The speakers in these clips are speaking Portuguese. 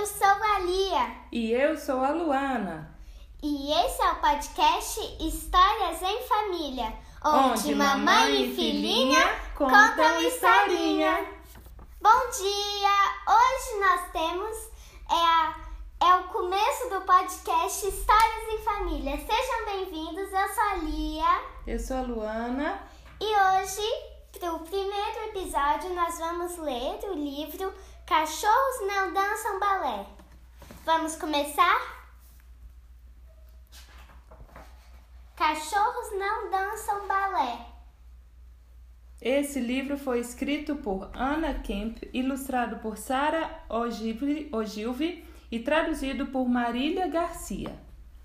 Eu sou a Lia. E eu sou a Luana. E esse é o podcast Histórias em Família, onde mamãe e filhinha contam historinha. Bom dia! Hoje nós temos o começo do podcast Histórias em Família. Sejam bem-vindos, eu sou a Lia. Eu sou a Luana. E hoje, para o primeiro episódio, nós vamos ler o livro Cachorros Não Dançam Balé. Vamos começar? Cachorros Não Dançam Balé. Esse livro foi escrito por Anna Kemp, ilustrado por Sara Ogilvy e traduzido por Marília Garcia.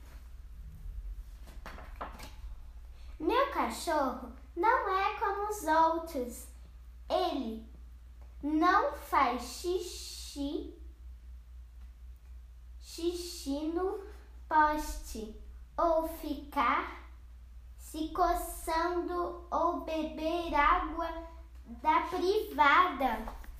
Meu cachorro não é como os outros. Ele não faz xixi no poste, ou ficar se coçando ou beber água da privada.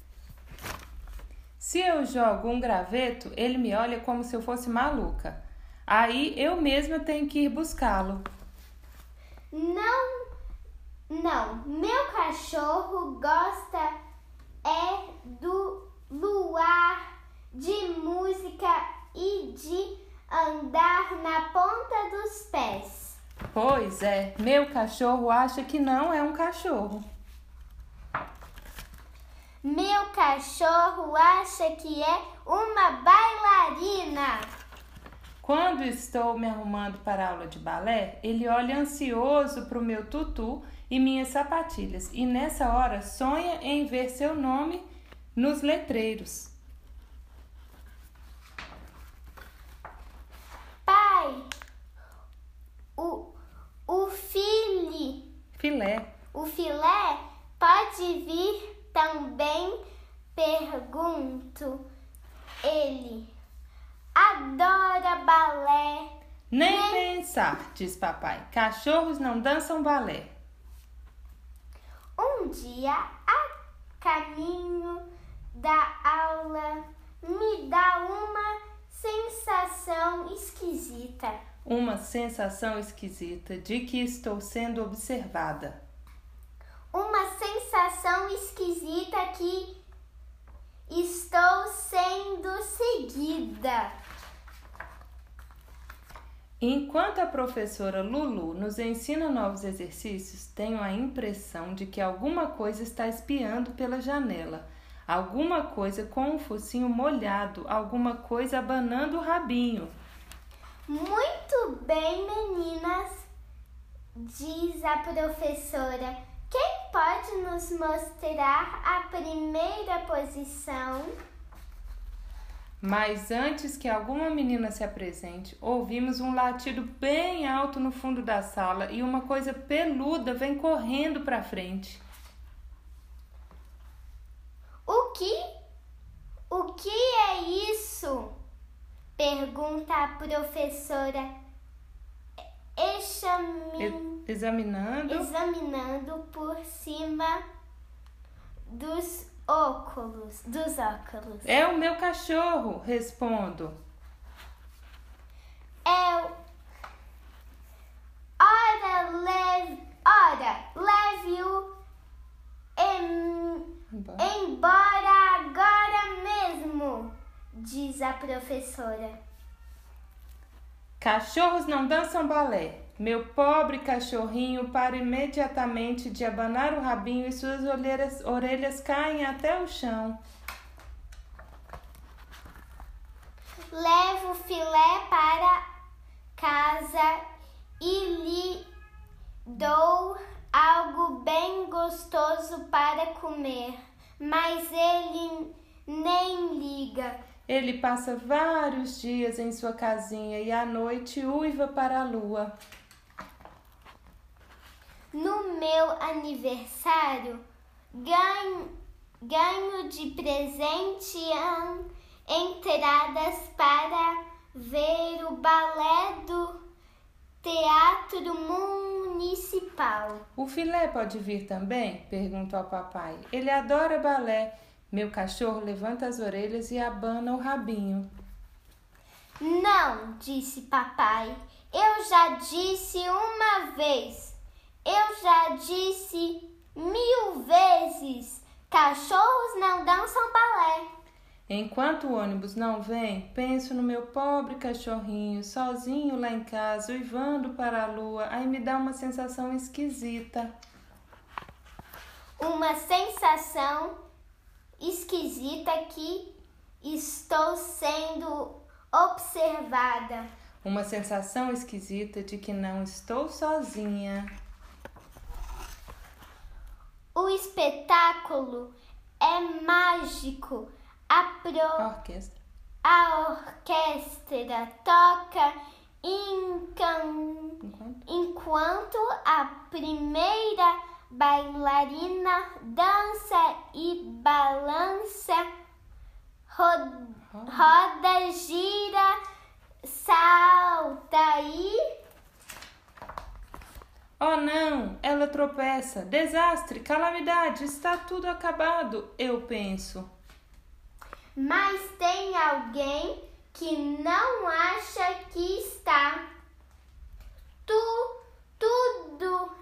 Se eu jogo um graveto, ele me olha como se eu fosse maluca. Aí eu mesma tenho que ir buscá-lo. Não, meu cachorro gosta do luar, de música e de andar na ponta dos pés. Pois é, meu cachorro acha que não é um cachorro. Meu cachorro acha que é uma bailarina. Quando estou me arrumando para a aula de balé, ele olha ansioso para o meu tutu e minhas sapatilhas e nessa hora sonha em ver seu nome nos letreiros. Pai, o filé pode vir também? Pergunto. Ele adora balé. Nem pensar, diz papai. Cachorros não dançam balé. Um dia, a caminho da aula, me dá uma sensação esquisita. Uma sensação esquisita de que estou sendo observada. Uma sensação esquisita que estou sendo seguida. Enquanto a professora Lulu nos ensina novos exercícios, tenho a impressão de que alguma coisa está espiando pela janela. Alguma coisa com um focinho molhado, alguma coisa abanando o rabinho. Muito bem, meninas, diz a professora. Quem pode nos mostrar a primeira posição? Mas antes que alguma menina se apresente, ouvimos um latido bem alto no fundo da sala e uma coisa peluda vem correndo para frente. O que é isso? Pergunta a professora, examinando por cima dos óculos. É o meu cachorro, respondo. Leve-o embora agora mesmo, diz a professora. Cachorros não dançam balé. Meu pobre cachorrinho para imediatamente de abanar o rabinho e suas orelhas caem até o chão. Levo o filé para casa e lhe dou algo bem gostoso para comer, mas ele nem liga. Ele passa vários dias em sua casinha e à noite uiva para a lua. No meu aniversário, ganho de presente entradas para ver o balé do Teatro Municipal. O filé pode vir também? Pergunto ao papai. Ele adora balé. Meu cachorro levanta as orelhas e abana o rabinho. Não, disse papai. Eu já disse uma vez. Eu já disse 1000 vezes. Cachorros não dançam balé. Enquanto o ônibus não vem, penso no meu pobre cachorrinho, sozinho lá em casa, uivando para a lua. Aí me dá uma sensação esquisita. Uma sensação esquisita que estou sendo observada. Uma sensação esquisita de que não estou sozinha. O espetáculo é mágico. A orquestra toca enquanto a primeira bailarina dança e balança, roda, gira, salta e... Oh não, ela tropeça. Desastre, calamidade, está tudo acabado, eu penso. Mas tem alguém que não acha que está tudo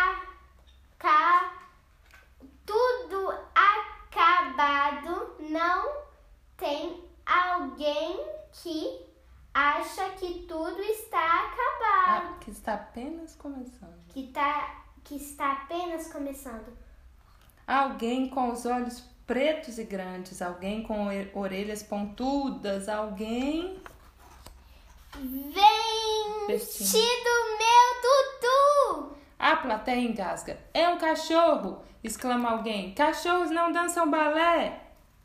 acabado. Não tem alguém que acha que tudo está acabado. Que está apenas começando. Que está apenas começando. Alguém com os olhos pretos e grandes, alguém com orelhas pontudas, alguém... Vestido meu tutu! A plateia engasga. É um cachorro! Exclama alguém. Cachorros não dançam balé!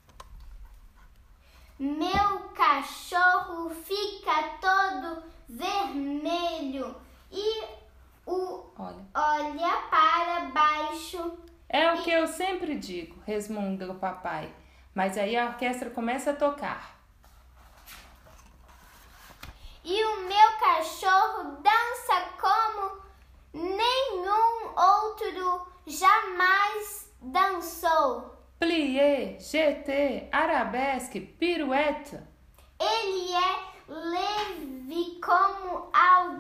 Meu cachorro fica todo vermelho e olha para baixo. É o que eu sempre digo, resmunga o papai. Mas aí a orquestra começa a tocar. E o meu cachorro dança como nenhum outro jamais dançou. Plié, jeté, arabesque, pirueta. Ele é leve como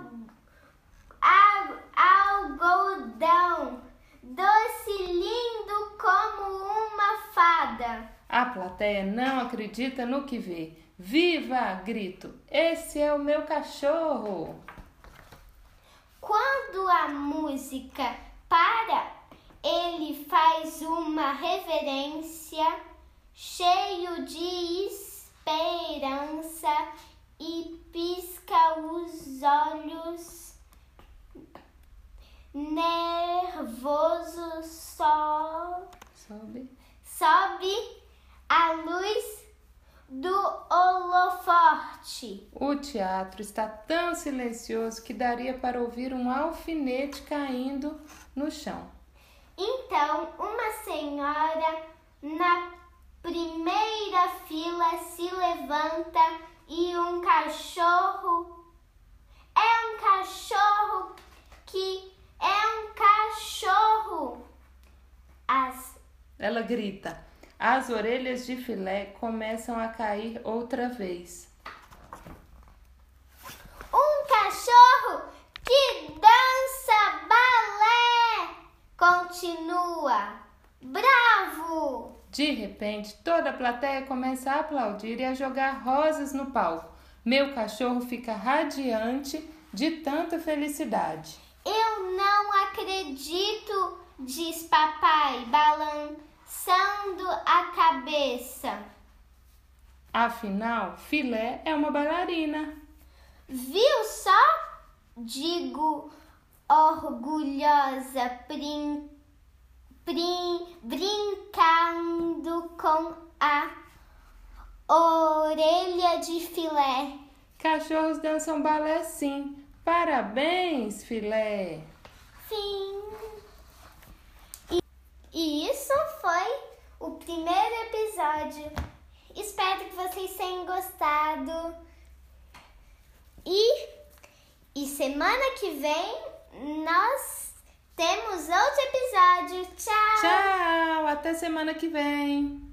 algodão, doce e lindo como uma fada. A plateia não acredita no que vê. Viva! Grito. Esse é o meu cachorro. Quando a música para, ele faz uma reverência, cheio de esperança e pisca os olhos, nervoso, sobe a luz do holofote. O teatro está tão silencioso que daria para ouvir um alfinete caindo no chão. Então, uma senhora na primeira fila se levanta e um cachorro Ela grita. As orelhas de filé começam a cair outra vez. Um cachorro que dança balé! Continua. Bravo! De repente, toda a plateia começa a aplaudir e a jogar rosas no palco. Meu cachorro fica radiante de tanta felicidade. Eu não acredito, diz papai, balançando a cabeça. Afinal, Filé é uma bailarina. Viu só? Digo orgulhosa, brincando com a orelha de Filé. Cachorros dançam balé sim. Parabéns, Filé! Fim. E isso foi o primeiro episódio. Espero que vocês tenham gostado. E semana que vem nós temos outro episódio. Tchau! Tchau! Até semana que vem!